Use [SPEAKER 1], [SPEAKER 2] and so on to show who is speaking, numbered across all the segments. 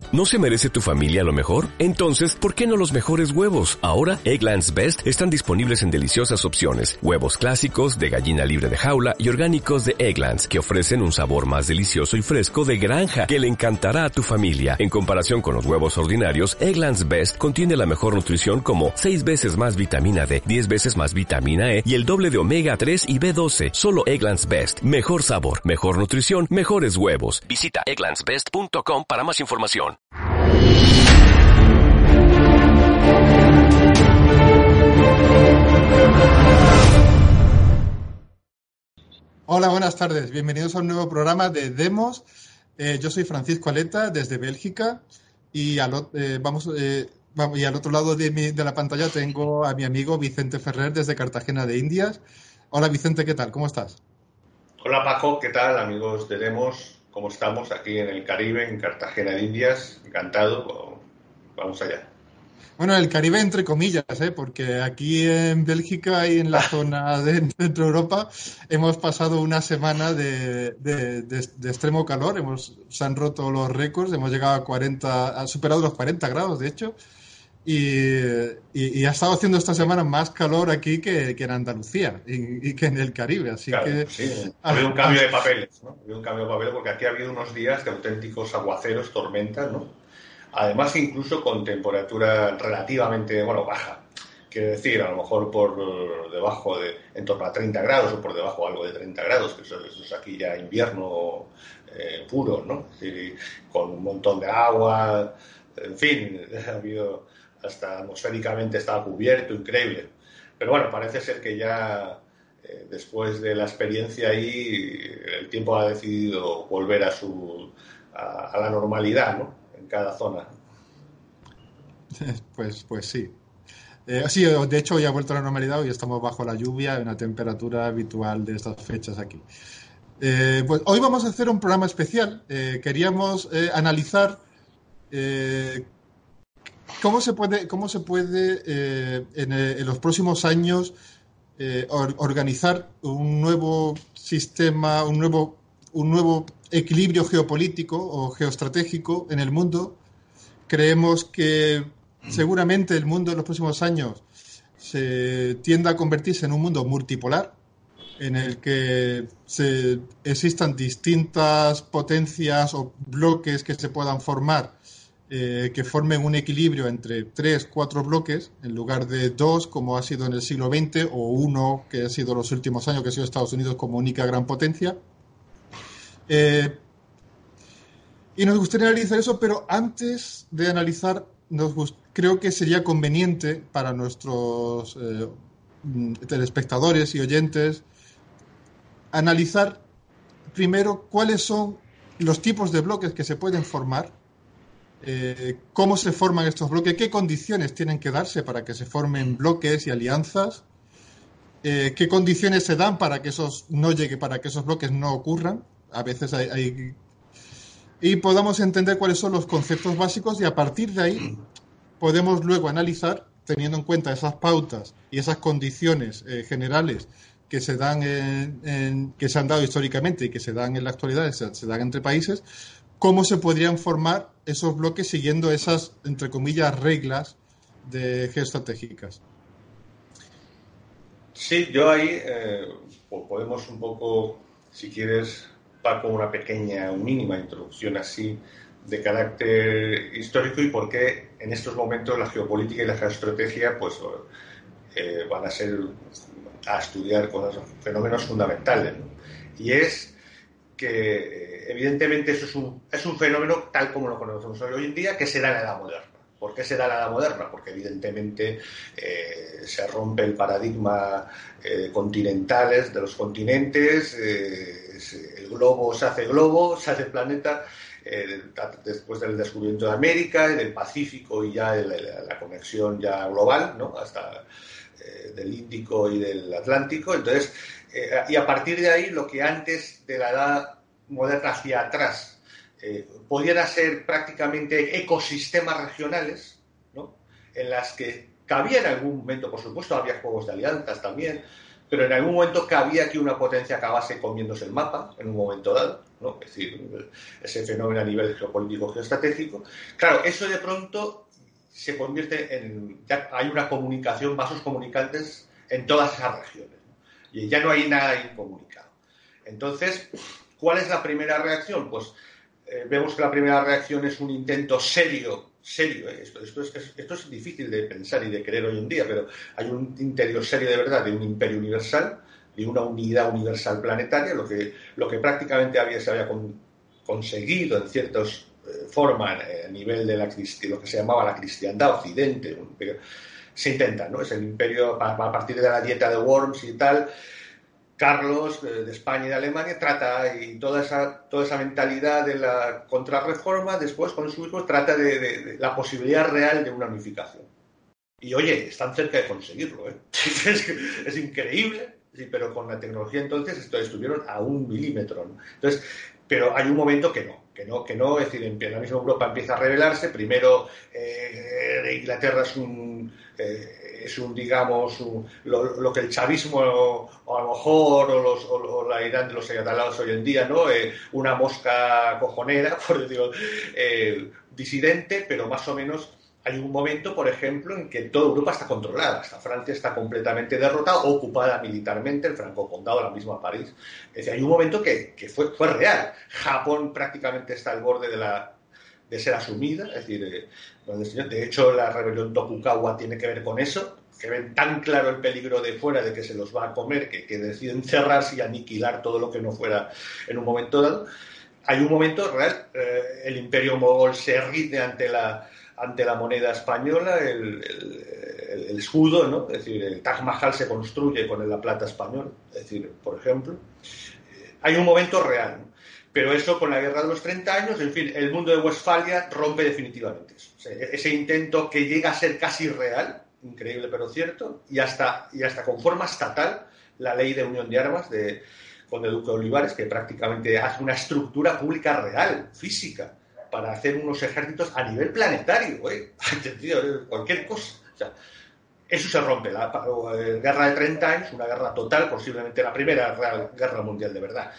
[SPEAKER 1] ¿No se merece tu familia lo mejor? Entonces, ¿por qué no los mejores huevos? Ahora, Eggland's Best están disponibles en deliciosas opciones. Huevos clásicos, de gallina libre de jaula y orgánicos de Eggland's, que ofrecen un sabor más delicioso y fresco de granja que le encantará a tu familia. En comparación con los huevos ordinarios, Eggland's Best contiene la mejor nutrición como 6 veces más vitamina D, 10 veces más vitamina E y el doble de omega 3 y B12. Solo Eggland's Best. Mejor sabor, mejor nutrición, mejores huevos. Visita egglandsbest.com para más información.
[SPEAKER 2] Hola, buenas tardes. Bienvenidos a un nuevo programa de Demos. Yo soy Francisco Aleta, desde Bélgica, y al otro lado de la pantalla tengo a mi amigo Vicente Ferrer, desde Cartagena de Indias. Hola, Vicente, ¿qué tal? ¿Cómo estás?
[SPEAKER 3] Hola, Paco, ¿qué tal, amigos de Demos? ¿Cómo estamos aquí en el Caribe, en Cartagena de Indias? Encantado. Vamos allá.
[SPEAKER 2] Bueno, el Caribe entre comillas, porque aquí en Bélgica y en la zona de Centro Europa hemos pasado una semana de extremo calor, se han roto los récords, hemos llegado ha superado los 40 grados, de hecho, y ha estado haciendo esta semana más calor aquí que en Andalucía y que en el Caribe, así
[SPEAKER 3] claro,
[SPEAKER 2] que...
[SPEAKER 3] Sí, ha habido un cambio de papeles, ¿no? Ha habido un cambio de papeles porque aquí ha habido unos días de auténticos aguaceros, tormentas, ¿no? Además, incluso con temperatura relativamente, baja. Quiero decir, a lo mejor por debajo en torno a 30 grados o por debajo algo de 30 grados, que eso es aquí ya invierno puro, ¿no? Es decir, con un montón de agua, en fin, ha habido, hasta atmosféricamente estaba cubierto, increíble. Pero bueno, parece ser que ya después de la experiencia ahí, el tiempo ha decidido volver a la normalidad, ¿no? En cada zona.
[SPEAKER 2] Pues sí. Sí, de hecho, hoy ha vuelto a la normalidad, hoy estamos bajo la lluvia, una temperatura habitual de estas fechas aquí. Pues hoy vamos a hacer un programa especial. Queríamos analizar cómo se puede en los próximos años organizar un nuevo sistema, un nuevo equilibrio geopolítico o geoestratégico en el mundo. Creemos que seguramente el mundo en los próximos años se tienda a convertirse en un mundo multipolar, en el que existan distintas potencias o bloques que se puedan formar, que formen un equilibrio entre 3, 4 bloques, en lugar de 2, como ha sido en el siglo XX, o 1, que ha sido los últimos años, que ha sido Estados Unidos como única gran potencia. Y nos gustaría analizar eso, pero antes de analizar, creo que sería conveniente para nuestros telespectadores y oyentes analizar primero cuáles son los tipos de bloques que se pueden formar, cómo se forman estos bloques, qué condiciones tienen que darse para que se formen bloques y alianzas, qué condiciones se dan para que esos bloques no ocurran. A veces y podamos entender cuáles son los conceptos básicos, y a partir de ahí podemos luego analizar, teniendo en cuenta esas pautas y esas condiciones generales que se dan que se han dado históricamente y que se dan en la actualidad, se dan entre países, cómo se podrían formar esos bloques siguiendo esas, entre comillas, reglas geoestratégicas.
[SPEAKER 3] Sí, yo ahí podemos un poco, si quieres, Paco, una mínima introducción así de carácter histórico y por qué en estos momentos la geopolítica y la geoestrategia pues van a estudiar fenómenos fundamentales, ¿no? Y es que evidentemente eso es un fenómeno tal como lo conocemos hoy en día, que se da en la Edad Moderna. ¿Por qué se da en la Edad Moderna? Porque evidentemente se rompe el paradigma continentales de los continentes, el globo, se hace planeta después del descubrimiento de América y del Pacífico y ya la conexión ya global, ¿no? Hasta del Índico y del Atlántico. Entonces, y a partir de ahí, lo que antes de la Edad Moderna hacia atrás podían ser prácticamente ecosistemas regionales, ¿no? En las que cabía en algún momento, por supuesto, había juegos de alianzas también, pero en algún momento cabía que una potencia acabase comiéndose el mapa, en un momento dado, ¿no? Es decir, ese fenómeno a nivel geopolítico geoestratégico. Claro, eso de pronto se convierte en... Ya hay una comunicación, vasos comunicantes en todas esas regiones, ¿no? Y ya no hay nada incomunicado. Entonces, ¿cuál es la primera reacción? Pues vemos que la primera reacción es un intento serio. Esto es difícil de pensar y de creer hoy en día, pero hay un intento serio de verdad de un imperio universal, de una unidad universal planetaria, lo que prácticamente se había conseguido en ciertas formas a nivel de lo que se llamaba la cristiandad occidente. Se intenta, ¿no? Es el imperio a partir de la dieta de Worms y tal. Carlos de España y de Alemania trata, y toda esa mentalidad de la contrarreforma, después con sus hijos trata de la posibilidad real de una unificación. Y oye, están cerca de conseguirlo, ¿eh? Es increíble, sí, pero con la tecnología entonces estuvieron a 1 milímetro, ¿no? Entonces, pero hay un momento que no, es decir, en la misma Europa empieza a rebelarse. Primero, Inglaterra es un digamos, lo que el chavismo, o a lo mejor, o la Irán de los ayatollahs hoy en día, ¿no? Una mosca cojonera, por decirlo, disidente, pero más o menos. Hay un momento, por ejemplo, en que toda Europa está controlada. Hasta Francia está completamente derrotada, ocupada militarmente, el Franco Condado, la misma París. Es decir, hay un momento que fue real. Japón prácticamente está al borde de ser asumida. Es decir, de hecho, la rebelión Tokugawa tiene que ver con eso, que ven tan claro el peligro de fuera de que se los va a comer, que deciden cerrarse y aniquilar todo lo que no fuera en un momento dado. Hay un momento real. El imperio mogol se rinde ante la moneda española, el escudo, ¿no? Es decir, el Taj Mahal se construye con la plata española, es decir, por ejemplo. Hay un momento real, ¿no? Pero eso con la guerra de los 30 años, en fin, el mundo de Westfalia rompe definitivamente eso. O sea, ese intento que llega a ser casi real, increíble pero cierto, y hasta con forma estatal, la ley de unión de armas con el duque de Olivares, que prácticamente hace una estructura pública real, física, para hacer unos ejércitos a nivel planetario, ¿entendido? Cualquier cosa. O sea, eso se rompe. La guerra de 30 años, una guerra total, posiblemente la primera guerra mundial de verdad,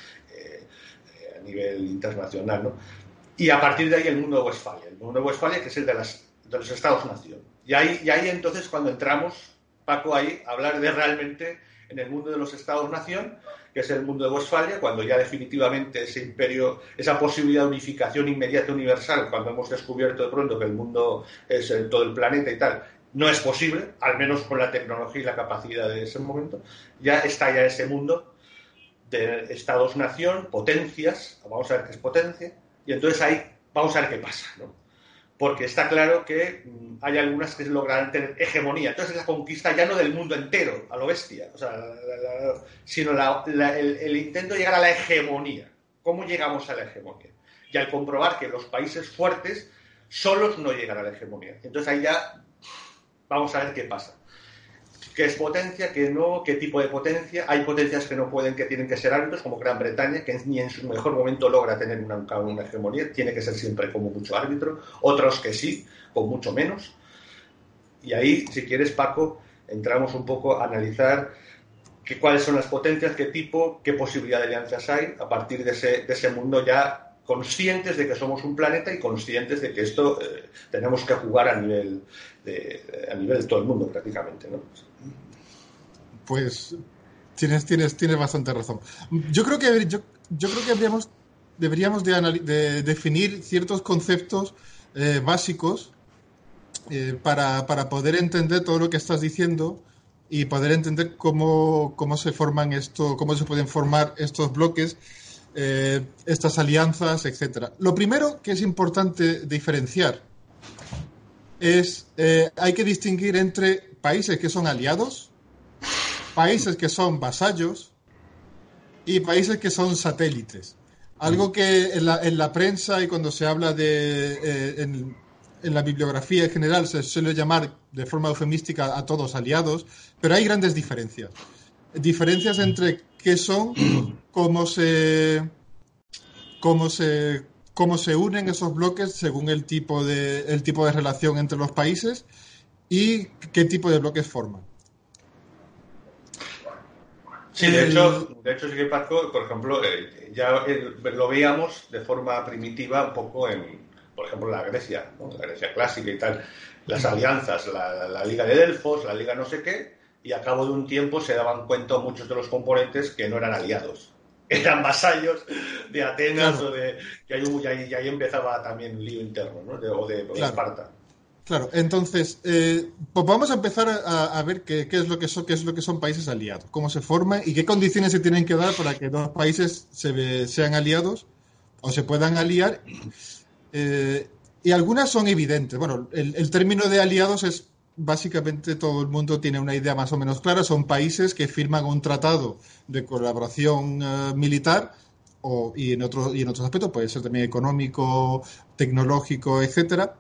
[SPEAKER 3] a nivel internacional, ¿no? Y a partir de ahí el mundo de Westfalia. El mundo de Westfalia, que es el de los Estados-nación. Y ahí entonces cuando entramos, Paco, ahí a hablar de realmente en el mundo de los Estados-nación, que es el mundo de Westfalia, cuando ya definitivamente ese imperio, esa posibilidad de unificación inmediata universal, cuando hemos descubierto de pronto que el mundo es todo el planeta y tal, no es posible, al menos con la tecnología y la capacidad de ese momento, ya está ese mundo de Estados-nación, potencias, vamos a ver qué es potencia, y entonces ahí vamos a ver qué pasa, ¿no? Porque está claro que hay algunas que lograrán tener hegemonía. Entonces es la conquista ya no del mundo entero, a lo bestia, o sea, sino el intento de llegar a la hegemonía. ¿Cómo llegamos a la hegemonía? Y al comprobar que los países fuertes solos no llegan a la hegemonía. Entonces ahí ya vamos a ver qué pasa. ¿Qué es potencia? ¿Qué no? ¿Qué tipo de potencia? Hay potencias que no pueden, que tienen que ser árbitros, como Gran Bretaña, que ni en su mejor momento logra tener una hegemonía, tiene que ser siempre como mucho árbitro. Otros que sí, con mucho menos. Y ahí, si quieres, Paco, entramos un poco a analizar cuáles son las potencias, qué tipo, qué posibilidad de alianzas hay, a partir de ese mundo ya conscientes de que somos un planeta y conscientes de que esto tenemos que jugar a nivel de todo el mundo prácticamente, ¿no?
[SPEAKER 2] Pues tienes bastante razón. Yo creo que deberíamos de definir ciertos conceptos básicos para poder entender todo lo que estás diciendo y poder entender cómo se forman cómo se pueden formar estos bloques, estas alianzas, etcétera. Lo primero que es importante diferenciar es hay que distinguir entre países que son aliados, países que son vasallos y países que son satélites. Algo que en la prensa y cuando se habla en la bibliografía en general se suele llamar de forma eufemística a todos aliados, pero hay grandes diferencias. Diferencias entre qué son, cómo se unen esos bloques según el tipo de relación entre los países y qué tipo de bloques forman.
[SPEAKER 3] Sí, de hecho sí que Paco, por ejemplo, ya lo veíamos de forma primitiva un poco por ejemplo, la Grecia, ¿no? La Grecia clásica y tal, las alianzas, la Liga de Delfos, la Liga no sé qué, y a cabo de un tiempo se daban cuenta muchos de los componentes que no eran aliados, eran vasallos de Atenas, claro. Y ahí empezaba también un lío interno, ¿no? O de Esparta.
[SPEAKER 2] Claro, entonces, pues vamos a empezar a ver qué es lo que son países aliados, cómo se forman y qué condiciones se tienen que dar para que dos países sean aliados o se puedan aliar. Y algunas son evidentes. Bueno, el término de aliados es básicamente todo el mundo tiene una idea más o menos clara. Son países que firman un tratado de colaboración militar y en otros aspectos, puede ser también económico, tecnológico, etcétera.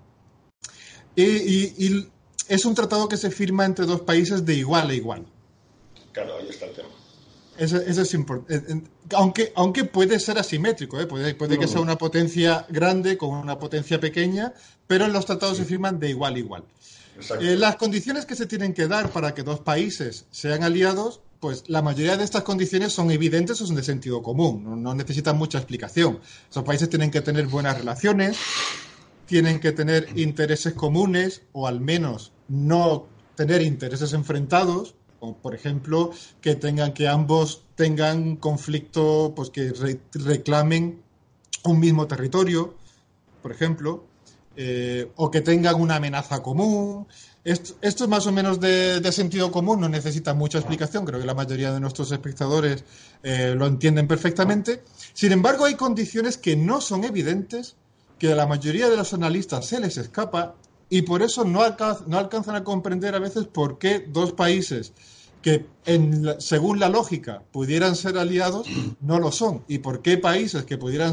[SPEAKER 2] Y es un tratado que se firma entre dos países de igual a igual.
[SPEAKER 3] Claro, ahí está el tema.
[SPEAKER 2] Eso es importante. Aunque puede ser asimétrico, ¿eh? Puede que sea una potencia grande con una potencia pequeña, pero en los tratados se firman de igual a igual. Las condiciones que se tienen que dar para que dos países sean aliados, pues la mayoría de estas condiciones son evidentes o son de sentido común, no necesitan mucha explicación. Esos países tienen que tener buenas relaciones, tienen que tener intereses comunes o al menos no tener intereses enfrentados, como por ejemplo que ambos tengan conflicto, pues que reclamen un mismo territorio, por ejemplo, o que tengan una amenaza común. Esto es más o menos de sentido común, no necesita mucha explicación, creo que la mayoría de nuestros espectadores lo entienden perfectamente. Sin embargo, hay condiciones que no son evidentes, que a la mayoría de los analistas se les escapa y por eso no alcanzan a comprender a veces por qué dos países que según la lógica pudieran ser aliados no lo son y por qué países que podían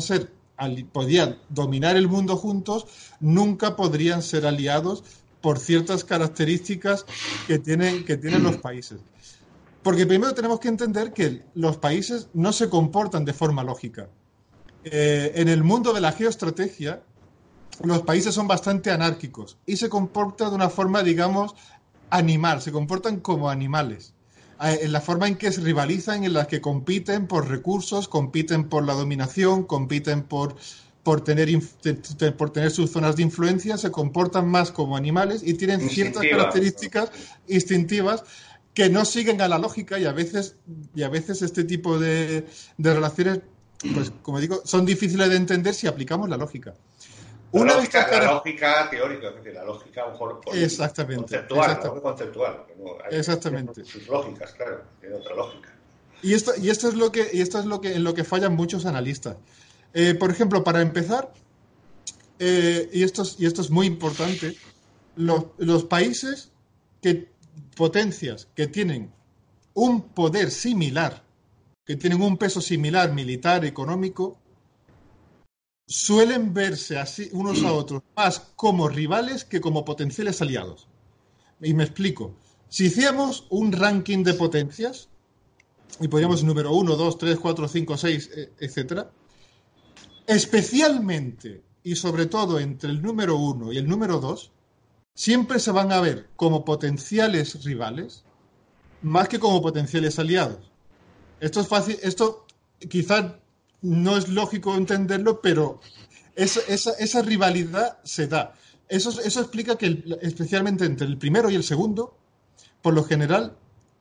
[SPEAKER 2] dominar el mundo juntos nunca podrían ser aliados por ciertas características que tienen los países. Porque primero tenemos que entender que los países no se comportan de forma lógica. En el mundo de la geoestrategia, los países son bastante anárquicos y se comportan de una forma, digamos, animal, se comportan como animales. En la forma en que se rivalizan, en la que compiten por recursos, compiten por la dominación, compiten por tener sus zonas de influencia, se comportan más como animales y tienen ciertas características instintivas que no siguen a la lógica y a veces este tipo de relaciones, pues como digo, son difíciles de entender si aplicamos la lógica.
[SPEAKER 3] La lógica teórica, es decir, la lógica a lo mejor conceptual.
[SPEAKER 2] Exactamente.
[SPEAKER 3] Sus lógicas, claro, tiene otra lógica.
[SPEAKER 2] Y esto es en lo que fallan muchos analistas. Por ejemplo, para empezar, y esto es muy importante, los países potencias que tienen un poder similar, que tienen un peso similar militar, económico, suelen verse así unos a otros más como rivales que como potenciales aliados. Y me explico. Si hiciéramos un ranking de potencias, y podríamos número 1, 2, 3, 4, 5, 6, etcétera, especialmente y sobre todo entre el número 1 y el número 2, siempre se van a ver como potenciales rivales más que como potenciales aliados. Esto es fácil, esto quizás no es lógico entenderlo, pero esa rivalidad se da. Eso explica que especialmente entre el primero y el segundo, por lo general,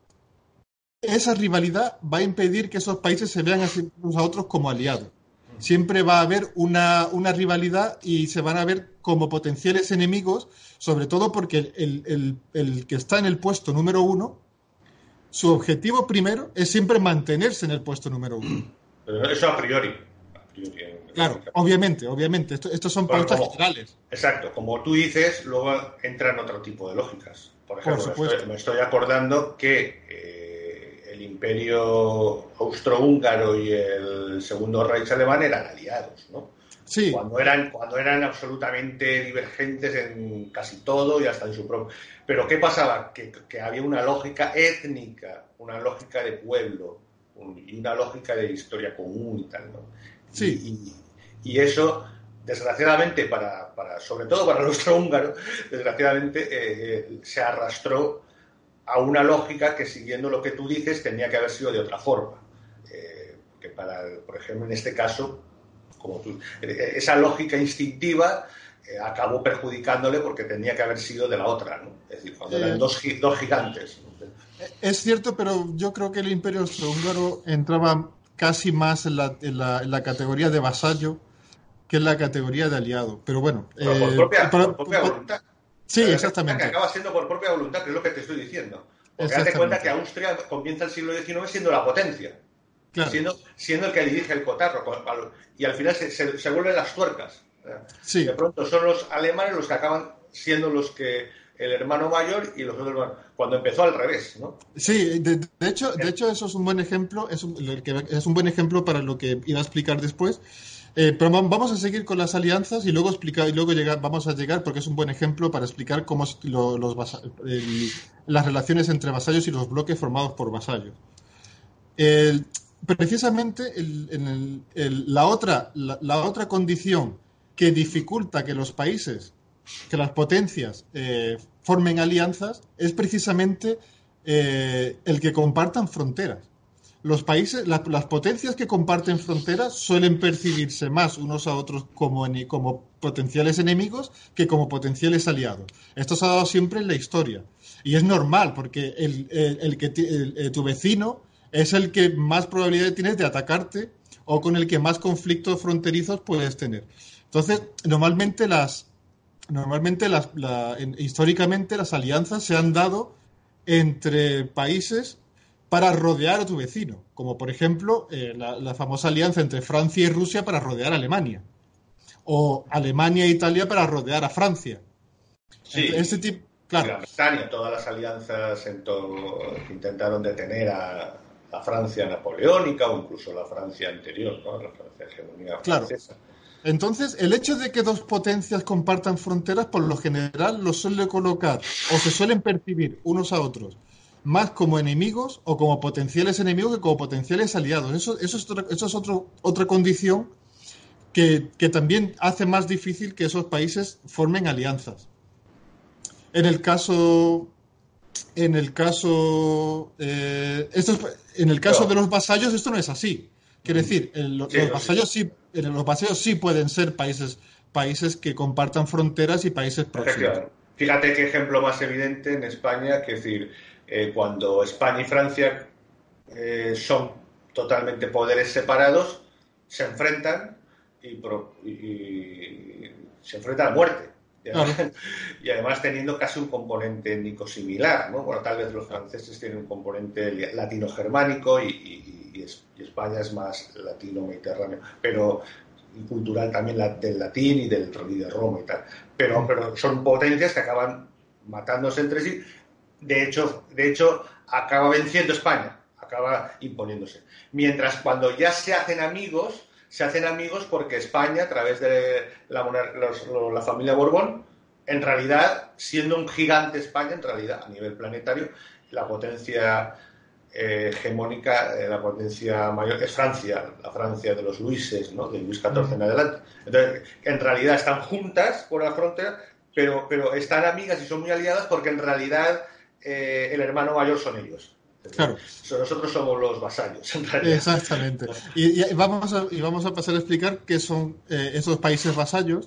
[SPEAKER 2] esa rivalidad va a impedir que esos países se vean unos a otros como aliados. Siempre va a haber una rivalidad y se van a ver como potenciales enemigos, sobre todo porque el que está en el puesto número 1, su objetivo primero es siempre mantenerse en el puesto número 1.
[SPEAKER 3] Pero eso a priori.
[SPEAKER 2] Claro, obviamente. Estos son pautas generales.
[SPEAKER 3] Exacto. Como tú dices, luego entran otro tipo de lógicas. Por ejemplo, me estoy acordando que el Imperio Austrohúngaro y el Segundo Reich alemán eran aliados, ¿no?
[SPEAKER 2] Sí.
[SPEAKER 3] Cuando eran absolutamente divergentes en casi todo y hasta en su propio... Pero ¿qué pasaba? Que había una lógica étnica, una lógica de pueblo y una lógica de historia común y tal, ¿no?
[SPEAKER 2] Sí.
[SPEAKER 3] Y eso, desgraciadamente, sobre todo para el austrohúngaro, desgraciadamente se arrastró a una lógica que, siguiendo lo que tú dices, tenía que haber sido de otra forma. Que por ejemplo, en este caso, como esa lógica instintiva acabó perjudicándole porque tenía que haber sido de la otra, ¿no? Es decir, cuando eran dos gigantes, ¿no?
[SPEAKER 2] Es cierto, pero yo creo que el Imperio Austrohúngaro entraba casi más en la categoría de vasallo que en la categoría de aliado. Pero bueno,
[SPEAKER 3] por propia voluntad.
[SPEAKER 2] Sí, exactamente.
[SPEAKER 3] Que acaba siendo por propia voluntad, que es lo que te estoy diciendo. Porque date cuenta que Austria comienza el siglo XIX siendo la potencia, claro, siendo el que dirige el cotarro, y al final se vuelven las tuercas. Sí. De pronto son los alemanes los que acaban siendo los que el hermano mayor y los otros hermanos, cuando empezó al revés, ¿no?
[SPEAKER 2] Sí, de hecho eso es un buen ejemplo, es un buen ejemplo para lo que iba a explicar después. Pero vamos a seguir con las alianzas y luego vamos a llegar, porque es un buen ejemplo para explicar cómo las relaciones entre vasallos y los bloques formados por vasallos. Precisamente la otra condición que dificulta que los países, que las potencias formen alianzas, es precisamente el que compartan fronteras. Los países, las potencias que comparten fronteras suelen percibirse más unos a otros como potenciales enemigos que como potenciales aliados. Esto se ha dado siempre en la historia. Y es normal, porque tu vecino es el que más probabilidad tienes de atacarte o con el que más conflictos fronterizos puedes tener. Entonces, históricamente las alianzas se han dado entre países para rodear a tu vecino, como por ejemplo la famosa alianza entre Francia y Rusia para rodear a Alemania, o Alemania e Italia para rodear a Francia.
[SPEAKER 3] Sí, claro. Gran Bretaña, todas las alianzas que intentaron detener a la Francia napoleónica o incluso la Francia anterior, ¿no? La Francia hegemonía francesa.
[SPEAKER 2] Claro. Entonces, el hecho de que dos potencias compartan fronteras, por lo general, los suele colocar o se suelen percibir unos a otros más como enemigos o como potenciales enemigos que como potenciales aliados. Eso es otra condición que también hace más difícil que esos países formen alianzas. En el caso de los vasallos esto no es así. Quiere decir, los vasallos sí pueden ser países que compartan fronteras y países próximos.
[SPEAKER 3] Fíjate qué ejemplo más evidente en España, que es decir, cuando España y Francia son totalmente poderes separados, se enfrentan y se enfrentan a muerte. Claro. Y además teniendo casi un componente étnico similar, ¿no? Bueno, tal vez los franceses tienen un componente latino-germánico y España es más latino-mediterráneo, pero y cultural también del latín y del Roma y tal. Pero son potencias que acaban matándose entre sí. De hecho, acaba venciendo España, acaba imponiéndose. Mientras cuando ya se hacen amigos porque España, a través de la familia Borbón, en realidad, siendo un gigante España, en realidad, a nivel planetario, la potencia hegemónica, la potencia mayor es Francia, la Francia de los Luises, ¿no? De Luis XIV en adelante. Entonces, en realidad están juntas por la frontera, pero están amigas y son muy aliadas porque en realidad el hermano mayor son ellos.
[SPEAKER 2] Claro.
[SPEAKER 3] Nosotros somos los vasallos, en realidad.
[SPEAKER 2] Exactamente. Y vamos a pasar a explicar qué son esos países vasallos,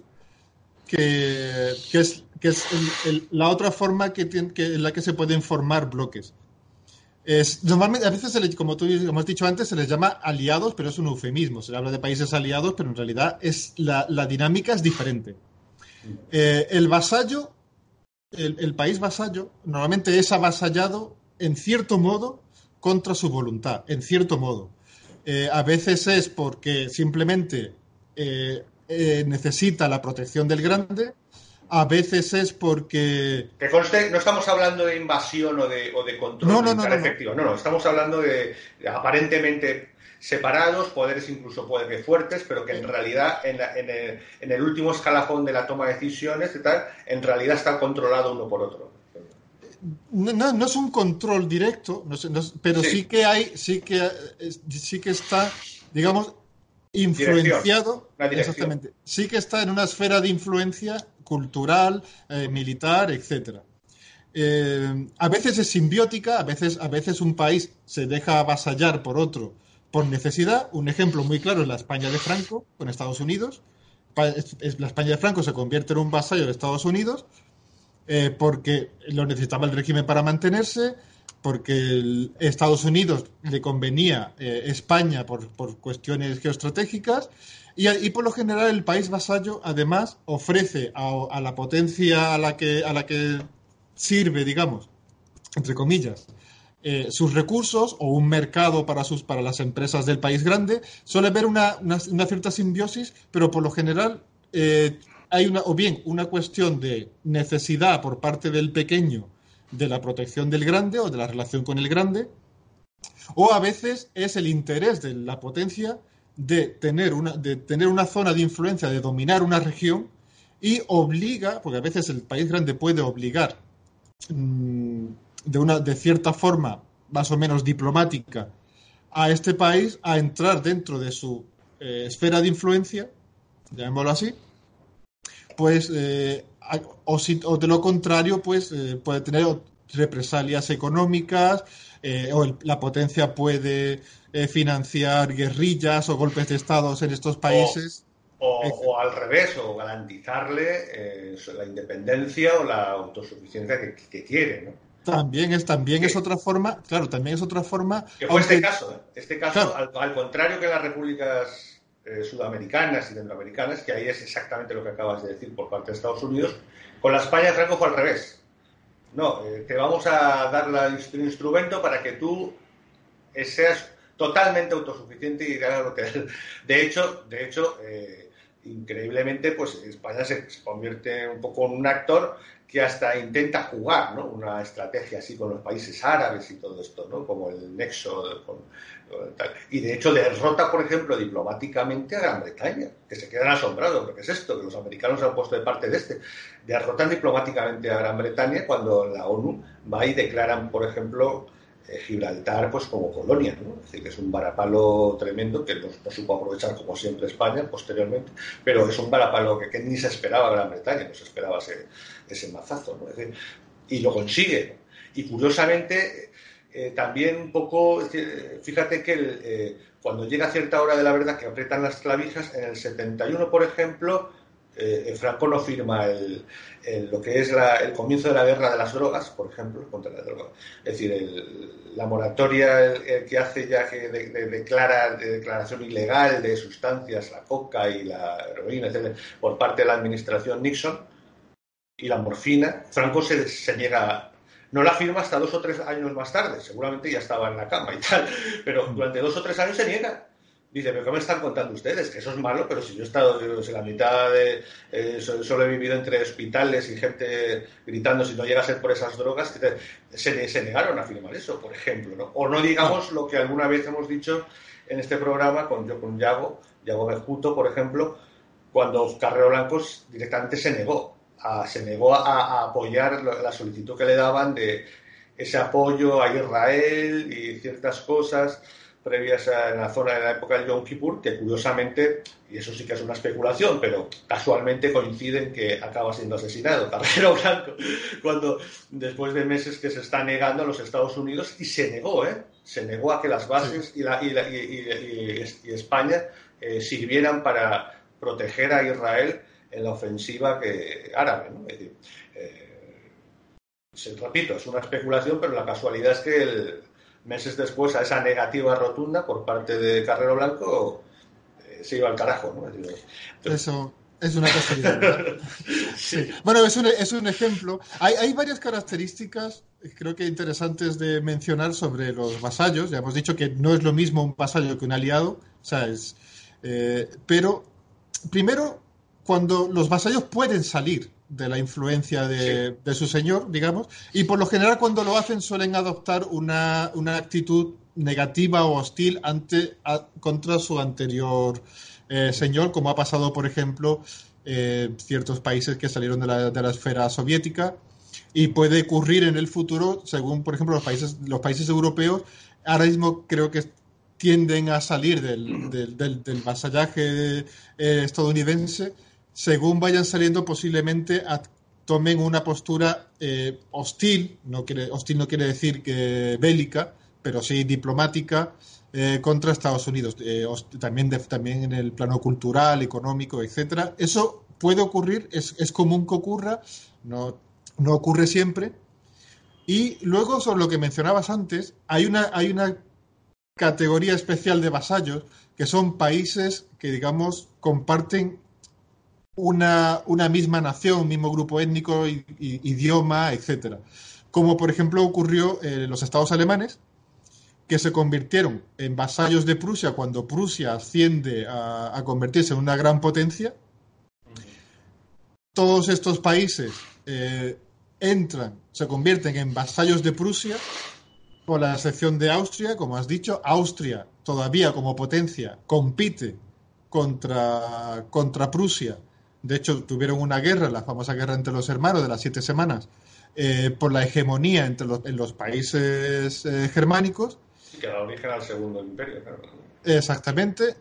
[SPEAKER 2] que es la otra forma en la que se pueden formar bloques. Normalmente, a veces, como has dicho antes, se les llama aliados, pero es un eufemismo. Se habla de países aliados, pero en realidad la dinámica es diferente. El vasallo, el país vasallo, normalmente es avasallado en cierto modo contra su voluntad, en cierto modo. A veces es porque simplemente necesita la protección del grande, a veces es porque...
[SPEAKER 3] Que conste, no estamos hablando de invasión o de control militar efectivo. No, estamos hablando de aparentemente separados, poderes incluso poderes fuertes, pero que en realidad en el último escalafón de la toma de decisiones y tal, en realidad está controlado uno por otro.
[SPEAKER 2] No es un control directo, pero sí que está, digamos, influenciado. Exactamente. Sí que está en una esfera de influencia cultural, militar, etcétera. a veces es simbiótica, a veces un país se deja avasallar por otro por necesidad. Un ejemplo muy claro es la España de Franco con Estados Unidos. La España de Franco se convierte en un vasallo de Estados Unidos porque lo necesitaba el régimen para mantenerse, porque Estados Unidos le convenía España por cuestiones geoestratégicas y por lo general el país vasallo además ofrece a la potencia a la que sirve, digamos, entre comillas, sus recursos o un mercado para las empresas del país grande. Suele haber una cierta simbiosis, pero por lo general hay o bien una cuestión de necesidad por parte del pequeño de la protección del grande o de la relación con el grande, o a veces es el interés de la potencia de tener una zona de influencia, de dominar una región, y obliga, porque a veces el país grande puede obligar de cierta forma más o menos diplomática a este país a entrar dentro de su esfera de influencia, llamémoslo así, pues o de lo contrario pues puede tener represalias económicas, la potencia puede financiar guerrillas o golpes de estados en estos países.
[SPEAKER 3] O al revés, o garantizarle la independencia o la autosuficiencia que quiere, ¿no?
[SPEAKER 2] También es otra forma, claro, también es otra forma.
[SPEAKER 3] Que fue este caso,
[SPEAKER 2] claro.
[SPEAKER 3] al contrario que en las repúblicas sudamericanas y centroamericanas, que ahí es exactamente lo que acabas de decir por parte de Estados Unidos, con la España de Franco fue al revés. No, te vamos a dar el instrumento para que tú seas totalmente autosuficiente y hagas lo que... De hecho, increíblemente, pues España se convierte un poco en un actor que hasta intenta jugar, ¿no?, una estrategia así con los países árabes y todo esto, ¿no?, como el nexo con tal. Y de hecho derrota, por ejemplo, diplomáticamente a Gran Bretaña, que se quedan asombrados, ¿pero qué es esto? Que los americanos se han puesto de parte de este. Derrotan diplomáticamente a Gran Bretaña cuando la ONU va y declaran, por ejemplo, Gibraltar pues como colonia, ¿no? Es decir, que es un varapalo tremendo que no supo aprovechar como siempre España posteriormente, pero es un varapalo que ni se esperaba Gran Bretaña, no se esperaba ese mazazo, ¿no? Es decir, y lo consigue, ¿no? Y curiosamente también un poco, fíjate que cuando llega a cierta hora de la verdad que aprietan las clavijas, en el 71 por ejemplo, Franco no firma lo que es el comienzo de la guerra de las drogas, por ejemplo, contra la droga. Es decir, la moratoria que hace ya que declaración ilegal de sustancias, la coca y la heroína, etc., por parte de la administración Nixon, y la morfina, Franco se niega. No la firma hasta 2 o 3 años más tarde, seguramente ya estaba en la cama y tal, pero durante 2 o 3 años se niega. Dice, ¿pero qué me están contando ustedes? Que eso es malo, pero si yo he estado la mitad solo he vivido entre hospitales y gente gritando si no llega a ser por esas drogas, se negaron a firmar eso, por ejemplo, ¿no? O no digamos lo que alguna vez hemos dicho en este programa con Yago Bejuto, por ejemplo, cuando Carrero Blanco directamente se negó a apoyar la solicitud que le daban de ese apoyo a Israel y ciertas cosas previas en la zona de la época del Yom Kippur, que curiosamente, y eso sí que es una especulación, pero casualmente coinciden que acaba siendo asesinado Carrero Blanco, cuando después de meses que se está negando a los Estados Unidos, y se negó a que las bases y España sirvieran para proteger a Israel en la ofensiva árabe, ¿no? Es decir, repito, es una especulación, pero la casualidad es que meses después a esa negativa rotunda por parte de Carrero Blanco se iba al carajo, ¿no? Entonces,
[SPEAKER 2] eso es una casualidad, ¿verdad? Sí. Bueno, es un ejemplo. Hay varias características, creo que interesantes de mencionar sobre los vasallos. Ya hemos dicho que no es lo mismo un vasallo que un aliado, o sea, pero primero, cuando los vasallos pueden salir de la influencia de su señor, digamos, y por lo general cuando lo hacen suelen adoptar una actitud negativa o hostil contra su anterior señor, como ha pasado, por ejemplo, ciertos países que salieron de la esfera soviética, y puede ocurrir en el futuro, según, por ejemplo, los países europeos. Ahora mismo creo que tienden a salir del vasallaje estadounidense, según vayan saliendo posiblemente tomen una postura hostil no quiere decir que bélica, pero sí diplomática, contra Estados Unidos, también en el plano cultural, económico, etcétera. Eso puede ocurrir, es común que ocurra, no ocurre siempre. Y luego, sobre lo que mencionabas antes, hay una categoría especial de vasallos, que son países que, digamos, comparten una misma nación, un mismo grupo étnico, idioma, etcétera. Como, por ejemplo, ocurrió en los estados alemanes, que se convirtieron en vasallos de Prusia cuando Prusia asciende a convertirse en una gran potencia. Todos estos países se convierten en vasallos de Prusia, con la excepción de Austria. Como has dicho, Austria todavía como potencia compite contra Prusia. De hecho, tuvieron una guerra, la famosa guerra entre los hermanos de las 7 semanas, por la hegemonía en los países germánicos.
[SPEAKER 3] Sí, que da origen al Segundo Imperio, claro.
[SPEAKER 2] Exactamente.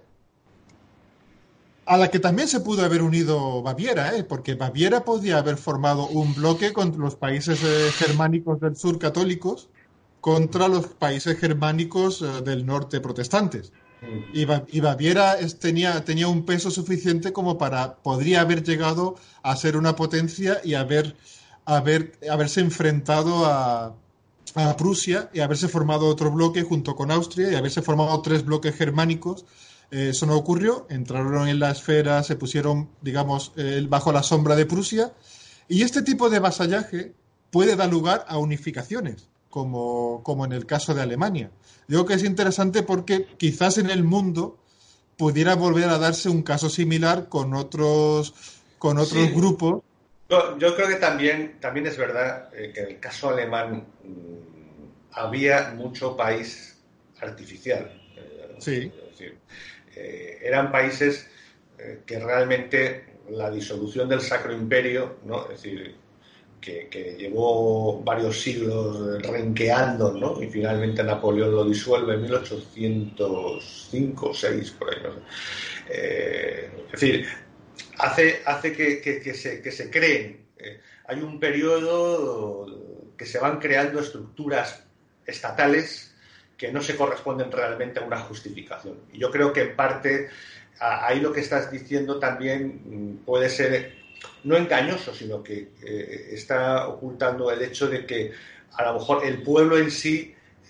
[SPEAKER 2] A la que también se pudo haber unido Baviera, porque Baviera podía haber formado un bloque con los países germánicos del sur católicos contra los países germánicos del norte protestantes. Y Baviera tenía un peso suficiente como podría haber llegado a ser una potencia y haberse enfrentado a Prusia y haberse formado otro bloque junto con Austria y haberse formado 3 bloques germánicos. Eso no ocurrió, entraron en la esfera, se pusieron, digamos, bajo la sombra de Prusia, y este tipo de vasallaje puede dar lugar a unificaciones, como en el caso de Alemania. Digo que es interesante porque quizás en el mundo pudiera volver a darse un caso similar con otros
[SPEAKER 3] Sí.
[SPEAKER 2] grupos.
[SPEAKER 3] Yo creo que también es verdad que en el caso alemán había mucho país artificial.
[SPEAKER 2] Sí.
[SPEAKER 3] Es decir, eran países que realmente la disolución del Sacro Imperio, ¿no? Es decir, que llevó varios siglos renqueando, ¿no? Y finalmente Napoleón lo disuelve en 1805 o 6, por ahí, no sé. Es decir, hace que se creen. Hay un periodo que se van creando estructuras estatales que no se corresponden realmente a una justificación. Y yo creo que en parte ahí lo que estás diciendo también puede ser no engañoso, sino que está ocultando el hecho de que a lo mejor el pueblo en sí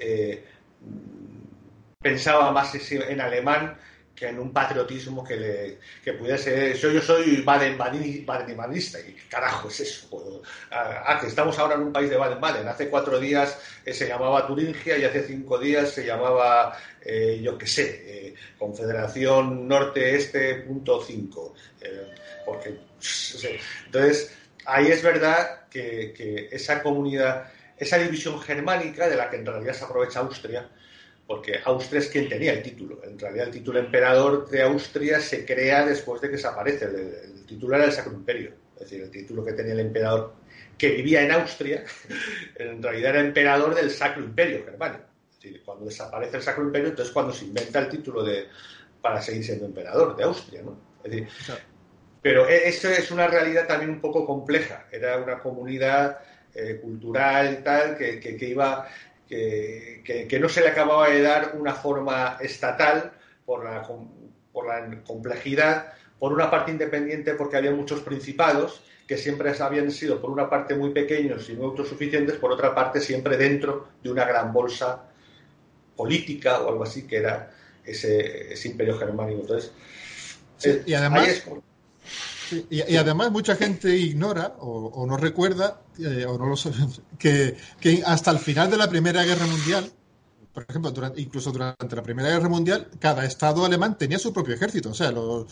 [SPEAKER 3] pensaba más en alemán que en un patriotismo que pudiera ser. Yo soy baden-badenista. ¿Y qué carajo es eso? Que estamos ahora en un país de Baden-Baden. Hace 4 días se llamaba Turingia y hace 5 días se llamaba, yo qué sé, Confederación Norte-Este.5. Porque entonces ahí es verdad que esa comunidad, esa división germánica de la que en realidad se aprovecha Austria, porque Austria es quien tenía el título. En realidad el título emperador de Austria se crea después de que desaparece. El título era el Sacro Imperio. Es decir, el título que tenía el emperador que vivía en Austria, en realidad era emperador del Sacro Imperio germánico. Es decir, cuando desaparece el Sacro Imperio, entonces cuando se inventa el título para seguir siendo emperador de Austria, ¿no? Es decir, claro. Pero eso es una realidad también un poco compleja. Era una comunidad cultural tal que iba... Que no se le acababa de dar una forma estatal por la complejidad, por una parte independiente porque había muchos principados que siempre habían sido por una parte muy pequeños y muy autosuficientes, por otra parte siempre dentro de una gran bolsa política o algo así que era ese imperio germánico. Entonces,
[SPEAKER 2] sí, y además... Y además mucha gente ignora o no recuerda o no lo sabe, que hasta el final de la Primera Guerra Mundial, por ejemplo, incluso durante la Primera Guerra Mundial, cada estado alemán tenía su propio ejército. O sea,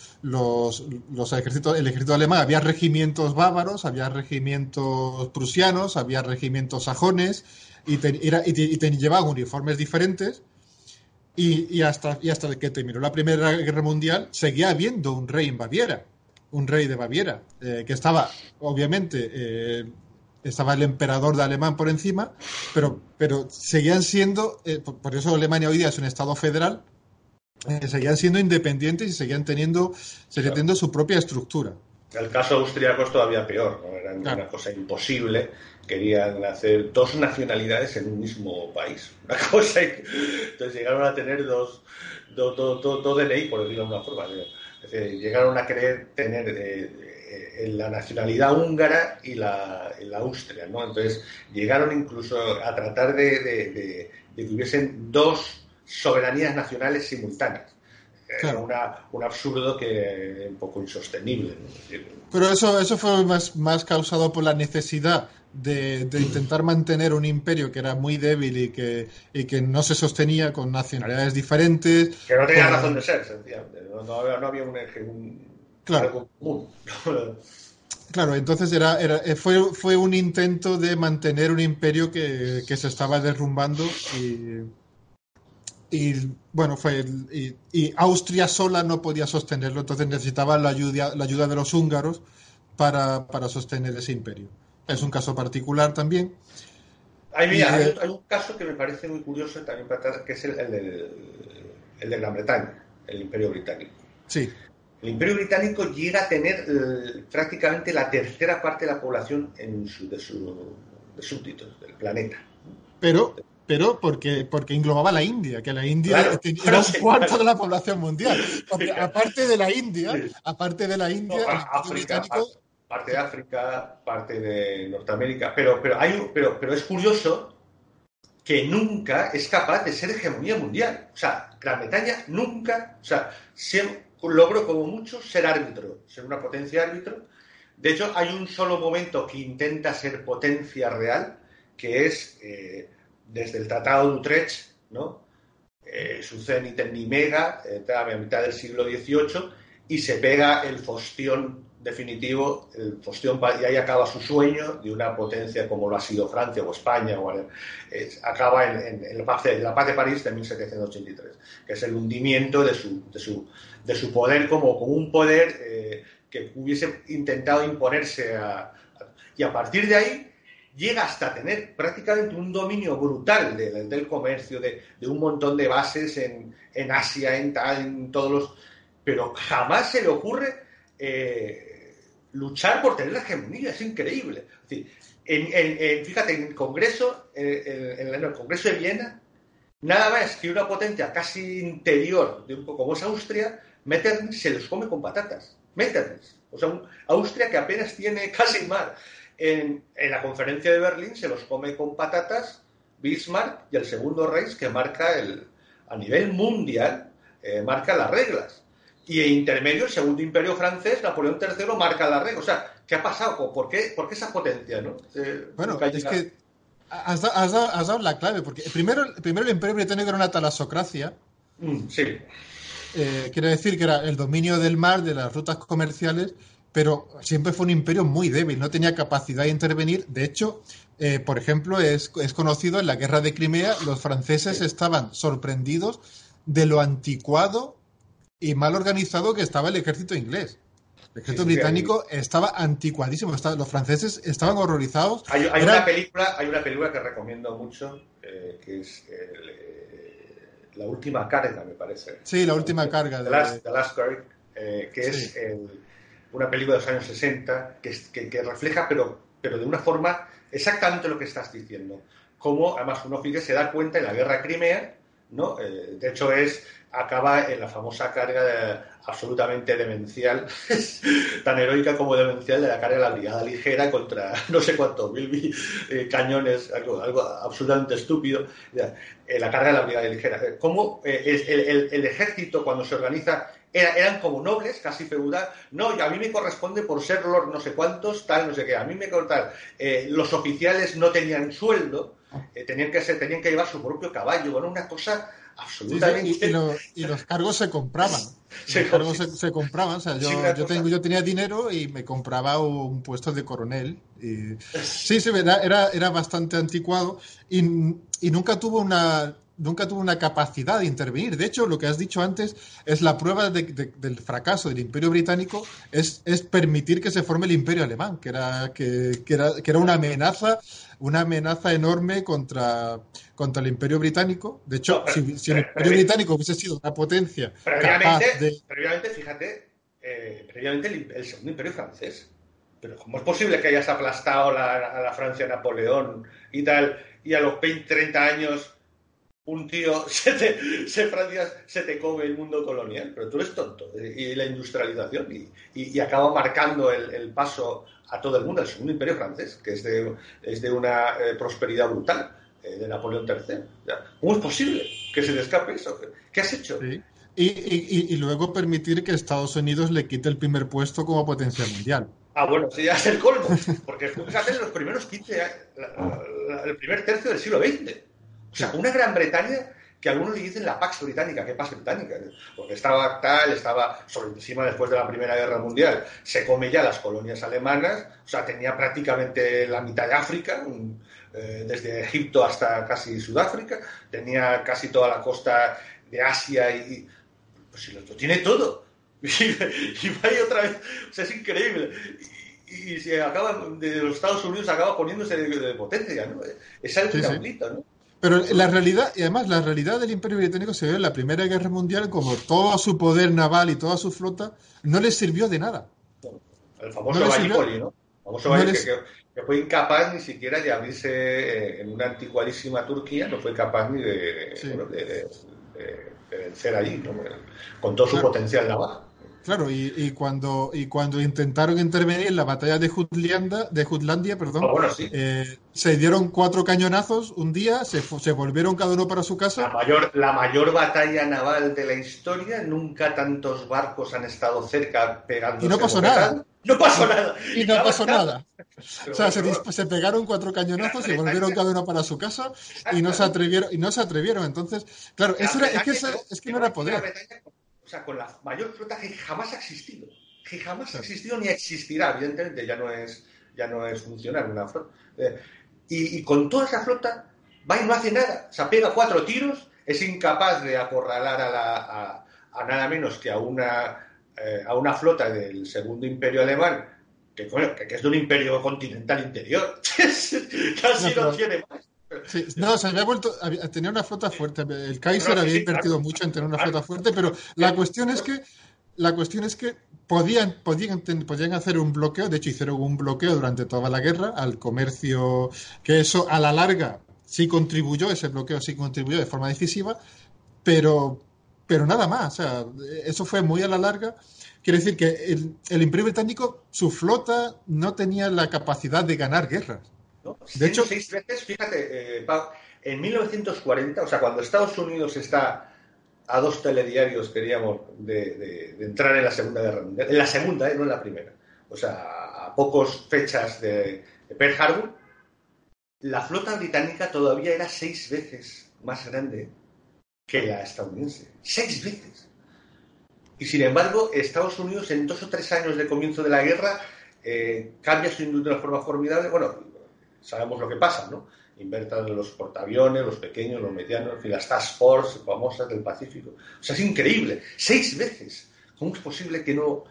[SPEAKER 2] el ejército alemán, había regimientos bávaros, había regimientos prusianos, había regimientos sajones y llevaban uniformes diferentes. Y hasta que terminó la Primera Guerra Mundial seguía habiendo un rey en Baviera. Un rey de Baviera, que estaba, obviamente, estaba el emperador de Alemania por encima, pero seguían siendo, por eso Alemania hoy día es un estado federal, seguían siendo independientes y seguían teniendo su propia estructura.
[SPEAKER 3] El caso austríaco es todavía peor, ¿no? Era una cosa imposible. Querían hacer 2 nacionalidades en un mismo país. Una cosa. Entonces llegaron a tener dos DNI, por decirlo de alguna forma. Es decir, llegaron a querer tener la nacionalidad húngara y la Austria, ¿no? Entonces llegaron incluso a tratar de que hubiesen 2 soberanías nacionales simultáneas.
[SPEAKER 2] Claro.
[SPEAKER 3] Un absurdo que un poco insostenible, ¿no?
[SPEAKER 2] Pero eso fue más causado por la necesidad de intentar mantener un imperio que era muy débil y que no se sostenía con nacionalidades diferentes.
[SPEAKER 3] Que no tenía razón de ser, sencillamente. No había un
[SPEAKER 2] claro.
[SPEAKER 3] algo común.
[SPEAKER 2] Claro, entonces fue un intento de mantener un imperio que se estaba derrumbando y bueno, y Austria sola no podía sostenerlo, entonces necesitaba la ayuda de los húngaros para sostener ese imperio. Es un caso particular también.
[SPEAKER 3] Hay un caso que me parece muy curioso también, que es el de Gran Bretaña, el Imperio Británico.
[SPEAKER 2] Sí.
[SPEAKER 3] El Imperio Británico llega a tener prácticamente la tercera parte de la población de súbditos del planeta.
[SPEAKER 2] Pero porque englobaba la India, que la India
[SPEAKER 3] era
[SPEAKER 2] un cuarto de la población mundial. Porque aparte de la India,
[SPEAKER 3] África, parte de África, parte de Norteamérica, pero es curioso que nunca es capaz de ser hegemonía mundial. O sea, Gran Bretaña nunca, siempre logró como mucho ser árbitro, ser una potencia árbitro. De hecho, hay un solo momento que intenta ser potencia real, que es desde el Tratado de Utrecht, ¿no? Su cenit en Nimega, a mitad del siglo XVIII, y se pega el fostión definitivo, y ahí acaba su sueño de una potencia como lo ha sido Francia o España, acaba en la paz de París de 1783, que es el hundimiento de su poder como un poder que hubiese intentado imponerse y a partir de ahí llega hasta tener prácticamente un dominio brutal del comercio, de un montón de bases en Asia, en todos los... Pero jamás se le ocurre luchar por tener la hegemonía, es increíble. Es decir, fíjate, en el Congreso, en el Congreso de Viena, nada más que una potencia casi interior como es Austria, Metternich se los come con patatas. Metternich. O sea, Austria que apenas tiene casi mar. En la conferencia de Berlín se los come con patatas Bismarck y el segundo Reich, que marca a nivel mundial, marca las reglas. Y en intermedio, el segundo imperio francés, Napoleón III, marca las reglas. O sea, ¿qué ha pasado? ¿Por qué esa potencia, no?
[SPEAKER 2] Bueno, es que has dado la clave, porque primero el imperio británico era una talasocracia.
[SPEAKER 3] Sí.
[SPEAKER 2] Quiere decir que era el dominio del mar, de las rutas comerciales, pero siempre fue un imperio muy débil, no tenía capacidad de intervenir. De hecho, por ejemplo, es conocido en la guerra de Crimea, los franceses estaban sorprendidos de lo anticuado y mal organizado que estaba el ejército inglés. El ejército británico estaba anticuadísimo, los franceses estaban horrorizados.
[SPEAKER 3] Hay una película que recomiendo mucho, que es La última carga, me parece.
[SPEAKER 2] Sí, La última carga.
[SPEAKER 3] The Last Carg, que es una película de los años 60 que refleja, pero de una forma exactamente lo que estás diciendo. Como, además, uno se da cuenta en la guerra de Crimea, ¿no? De hecho, acaba en la famosa carga absolutamente demencial, tan heroica como demencial, de la carga de la brigada ligera contra no sé cuántos mil cañones, algo absolutamente estúpido, la carga de la brigada ligera. Como el ejército, cuando se organiza, eran como nobles, casi feudal. No, y a mí me corresponde por ser lord no sé cuántos, tal, no sé qué. A mí me cortar. Los oficiales no tenían sueldo, tenían que llevar su propio caballo. Bueno, una cosa absolutamente...
[SPEAKER 2] Sí, y los cargos se compraban. Se compraban. O sea, yo tenía dinero y me compraba un puesto de coronel. Sí, era bastante anticuado y nunca tuvo una capacidad de intervenir. De hecho, lo que has dicho antes es la prueba del fracaso del Imperio Británico, es permitir que se forme el Imperio Alemán, que era una amenaza enorme contra el Imperio Británico. De hecho, si el Imperio Británico hubiese sido una potencia
[SPEAKER 3] previamente, fíjate, previamente el Segundo Imperio francés. Pero ¿cómo es posible que hayas aplastado a la Francia de Napoleón y tal, y a los 20, 30 años un tío Francia se te come el mundo colonial? Pero tú eres tonto. Y la industrialización y acaba marcando el paso a todo el mundo, el Segundo Imperio francés, que es de una prosperidad brutal, de Napoleón III. ¿Cómo es posible que se te escape eso? ¿Qué has hecho?
[SPEAKER 2] Sí. Y luego permitir que Estados Unidos le quite el primer puesto como potencia mundial.
[SPEAKER 3] Bueno, sí, ya es el colmo. Porque fíjate en los primeros 15 años, el primer tercio del siglo XX. O sea, una Gran Bretaña que algunos le dicen la Pax Británica. ¿Qué Pax Británica? Porque estaba sobre encima después de la Primera Guerra Mundial. Se come ya las colonias alemanas. O sea, tenía prácticamente la mitad de África, desde Egipto hasta casi Sudáfrica. Tenía casi toda la costa de Asia y pues si lo tiene todo. Y vaya otra vez, o sea, es increíble. Y se acaba, de los Estados Unidos acaba poniéndose de potencia, ¿no? Es algo inaudito, ¿no?
[SPEAKER 2] Pero la realidad, y además la realidad del Imperio Británico se ve en la Primera Guerra Mundial, como todo su poder naval y toda su flota no les sirvió de nada.
[SPEAKER 3] El famoso Gallipoli, ¿no? El famoso Gallipoli que fue incapaz ni siquiera de abrirse en una anticuadísima Turquía, no fue capaz ni de vencer allí, ¿no? Con todo su potencial naval.
[SPEAKER 2] Claro, y cuando intentaron intervenir en la batalla de Jutlandia,
[SPEAKER 3] Sí.
[SPEAKER 2] Se dieron 4 cañonazos un día, se volvieron cada uno para su casa.
[SPEAKER 3] La mayor batalla naval de la historia, nunca tantos barcos han estado cerca pegándose.
[SPEAKER 2] Y no pasó nada.
[SPEAKER 3] No pasó nada.
[SPEAKER 2] Y no pasó nada. O sea, se pegaron 4 cañonazos, se volvieron cada uno para su casa y no se atrevieron. Entonces, claro, es que no era poder.
[SPEAKER 3] O sea, con la mayor flota que jamás ha existido. Que jamás ha existido ni existirá. Evidentemente ya no es funcional una flota. Y con toda esa flota va y no hace nada. O sea, pega 4 tiros, es incapaz de acorralar a nada menos que a una flota del Segundo Imperio Alemán, que es de un imperio continental interior. Casi no tiene más.
[SPEAKER 2] Sí, no, se había vuelto, tenía una flota fuerte. El Kaiser había invertido mucho en tener una flota fuerte, pero la cuestión es que podían hacer un bloqueo. De hecho, hicieron un bloqueo durante toda la guerra al comercio, que eso a la larga ese bloqueo sí contribuyó de forma decisiva, pero nada más. O sea, eso fue muy a la larga. Quiere decir que el Imperio Británico, su flota no tenía la capacidad de ganar guerras.
[SPEAKER 3] ¿No? De hecho, 6 veces, fíjate, en 1940, o sea, cuando Estados Unidos está a 2 telediarios, queríamos, de entrar en la Segunda Guerra Mundial, en la Segunda, no en la Primera, o sea, a pocos fechas de Pearl Harbor, la flota británica todavía era 6 veces más grande que la estadounidense. 6 veces. Y sin embargo, Estados Unidos, en 2 o 3 años de comienzo de la guerra, cambia su industria de una forma formidable. Bueno, sabemos lo que pasa, ¿no? Inventan los portaaviones, los pequeños, los medianos, en fin, las Task Force famosas del Pacífico. O sea, es increíble. 6 veces. ¿Cómo es posible que no...?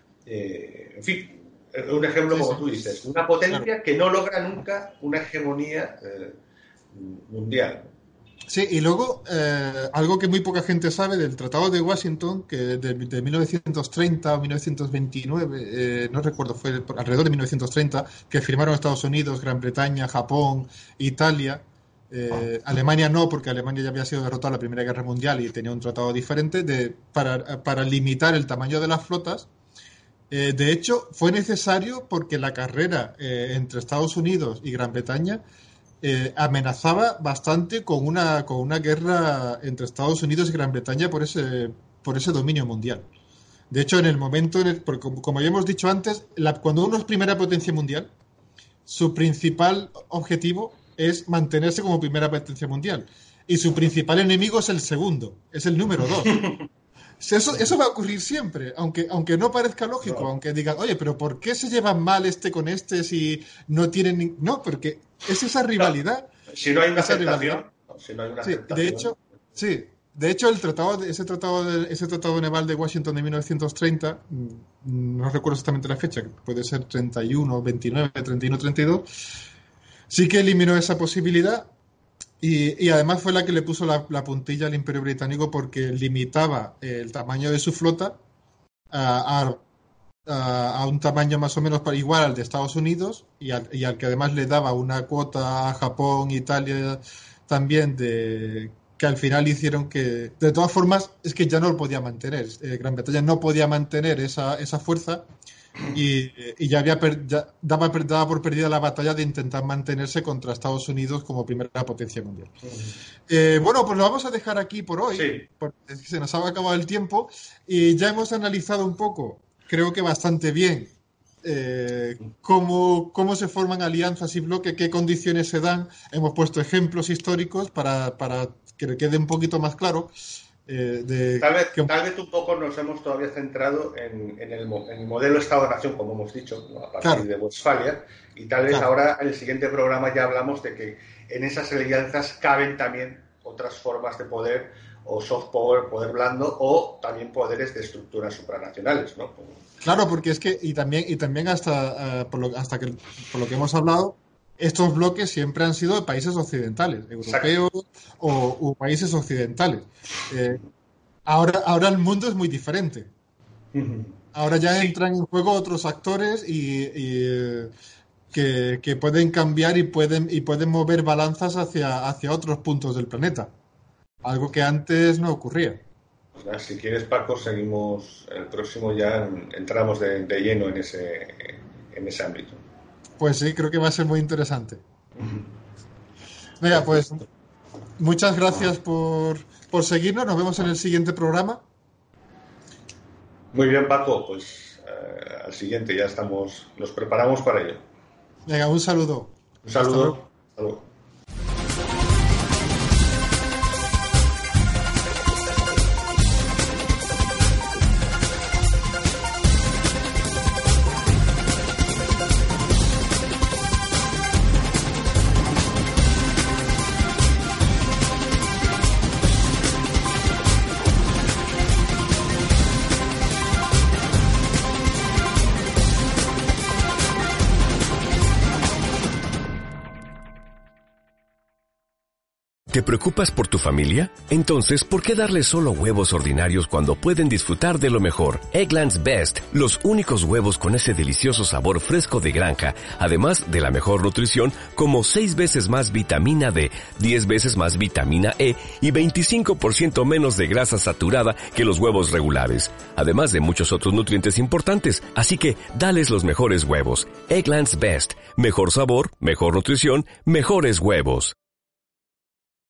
[SPEAKER 3] En fin, un ejemplo como tú dices. Una potencia que no logra nunca una hegemonía mundial.
[SPEAKER 2] Sí, y luego algo que muy poca gente sabe del Tratado de Washington, que de 1930 o 1929, no recuerdo, fue alrededor de 1930, que firmaron Estados Unidos, Gran Bretaña, Japón, Italia. Alemania no, porque Alemania ya había sido derrotada en la Primera Guerra Mundial y tenía un tratado diferente para limitar el tamaño de las flotas. De hecho, fue necesario porque la carrera entre Estados Unidos y Gran Bretaña amenazaba bastante con una guerra entre Estados Unidos y Gran Bretaña por ese dominio mundial. De hecho, en el momento, porque como ya hemos dicho antes, cuando uno es primera potencia mundial, su principal objetivo es mantenerse como primera potencia mundial. Y su principal enemigo es el segundo, es el número 2. Eso va a ocurrir siempre, aunque no parezca lógico, no. Aunque digan, oye, pero ¿por qué se llevan mal con este si no tienen... No, porque es esa rivalidad.
[SPEAKER 3] No. Si no hay una aceptación. Si no hay una aceptación.
[SPEAKER 2] De hecho, ese tratado naval de Washington de 1930, no recuerdo exactamente la fecha, puede ser 31, 29, 31, 32, sí que eliminó esa posibilidad. Y además fue la que le puso la puntilla al Imperio Británico porque limitaba el tamaño de su flota a un tamaño más o menos igual al de Estados Unidos y al que además le daba una cuota a Japón, Italia también, que al final hicieron que, de todas formas, es que ya no lo podía mantener. Gran Bretaña no podía mantener esa fuerza y ya daba por perdida la batalla de intentar mantenerse contra Estados Unidos como primera potencia mundial. Bueno, pues lo vamos a dejar aquí por hoy,
[SPEAKER 3] sí,
[SPEAKER 2] porque se nos ha acabado el tiempo y ya hemos analizado un poco, creo que bastante bien, cómo se forman alianzas y bloques, qué condiciones se dan. Hemos puesto ejemplos históricos para que le quede un poquito más claro.
[SPEAKER 3] Tal vez un poco nos hemos todavía centrado en el modelo Estado-Nación, como hemos dicho, a partir de Westfalia, y tal vez ahora en el siguiente programa ya hablamos de que en esas alianzas caben también otras formas de poder, o soft power, poder blando, o también poderes de estructuras supranacionales, ¿no?
[SPEAKER 2] Claro, porque es que, y también hasta por lo que hemos hablado, estos bloques siempre han sido de países occidentales, europeos o países occidentales. Ahora el mundo es muy diferente. Ahora ya entran en juego otros actores que pueden cambiar y pueden mover balanzas hacia otros puntos del planeta. Algo que antes no ocurría.
[SPEAKER 3] Pues nada, si quieres, Paco, seguimos el próximo, ya entramos de lleno en ese ámbito.
[SPEAKER 2] Pues sí, creo que va a ser muy interesante. Venga, pues muchas gracias por seguirnos. Nos vemos en el siguiente programa.
[SPEAKER 3] Muy bien, Paco, pues al siguiente ya estamos, nos preparamos para ello.
[SPEAKER 2] Venga, un saludo.
[SPEAKER 3] Un saludo. Hasta luego.
[SPEAKER 1] ¿Te preocupas por tu familia? Entonces, ¿por qué darles solo huevos ordinarios cuando pueden disfrutar de lo mejor? Eggland's Best, los únicos huevos con ese delicioso sabor fresco de granja, además de la mejor nutrición, como 6 veces más vitamina D, 10 veces más vitamina E y 25% menos de grasa saturada que los huevos regulares, además de muchos otros nutrientes importantes. Así que, dales los mejores huevos. Eggland's Best, mejor sabor, mejor nutrición, mejores huevos.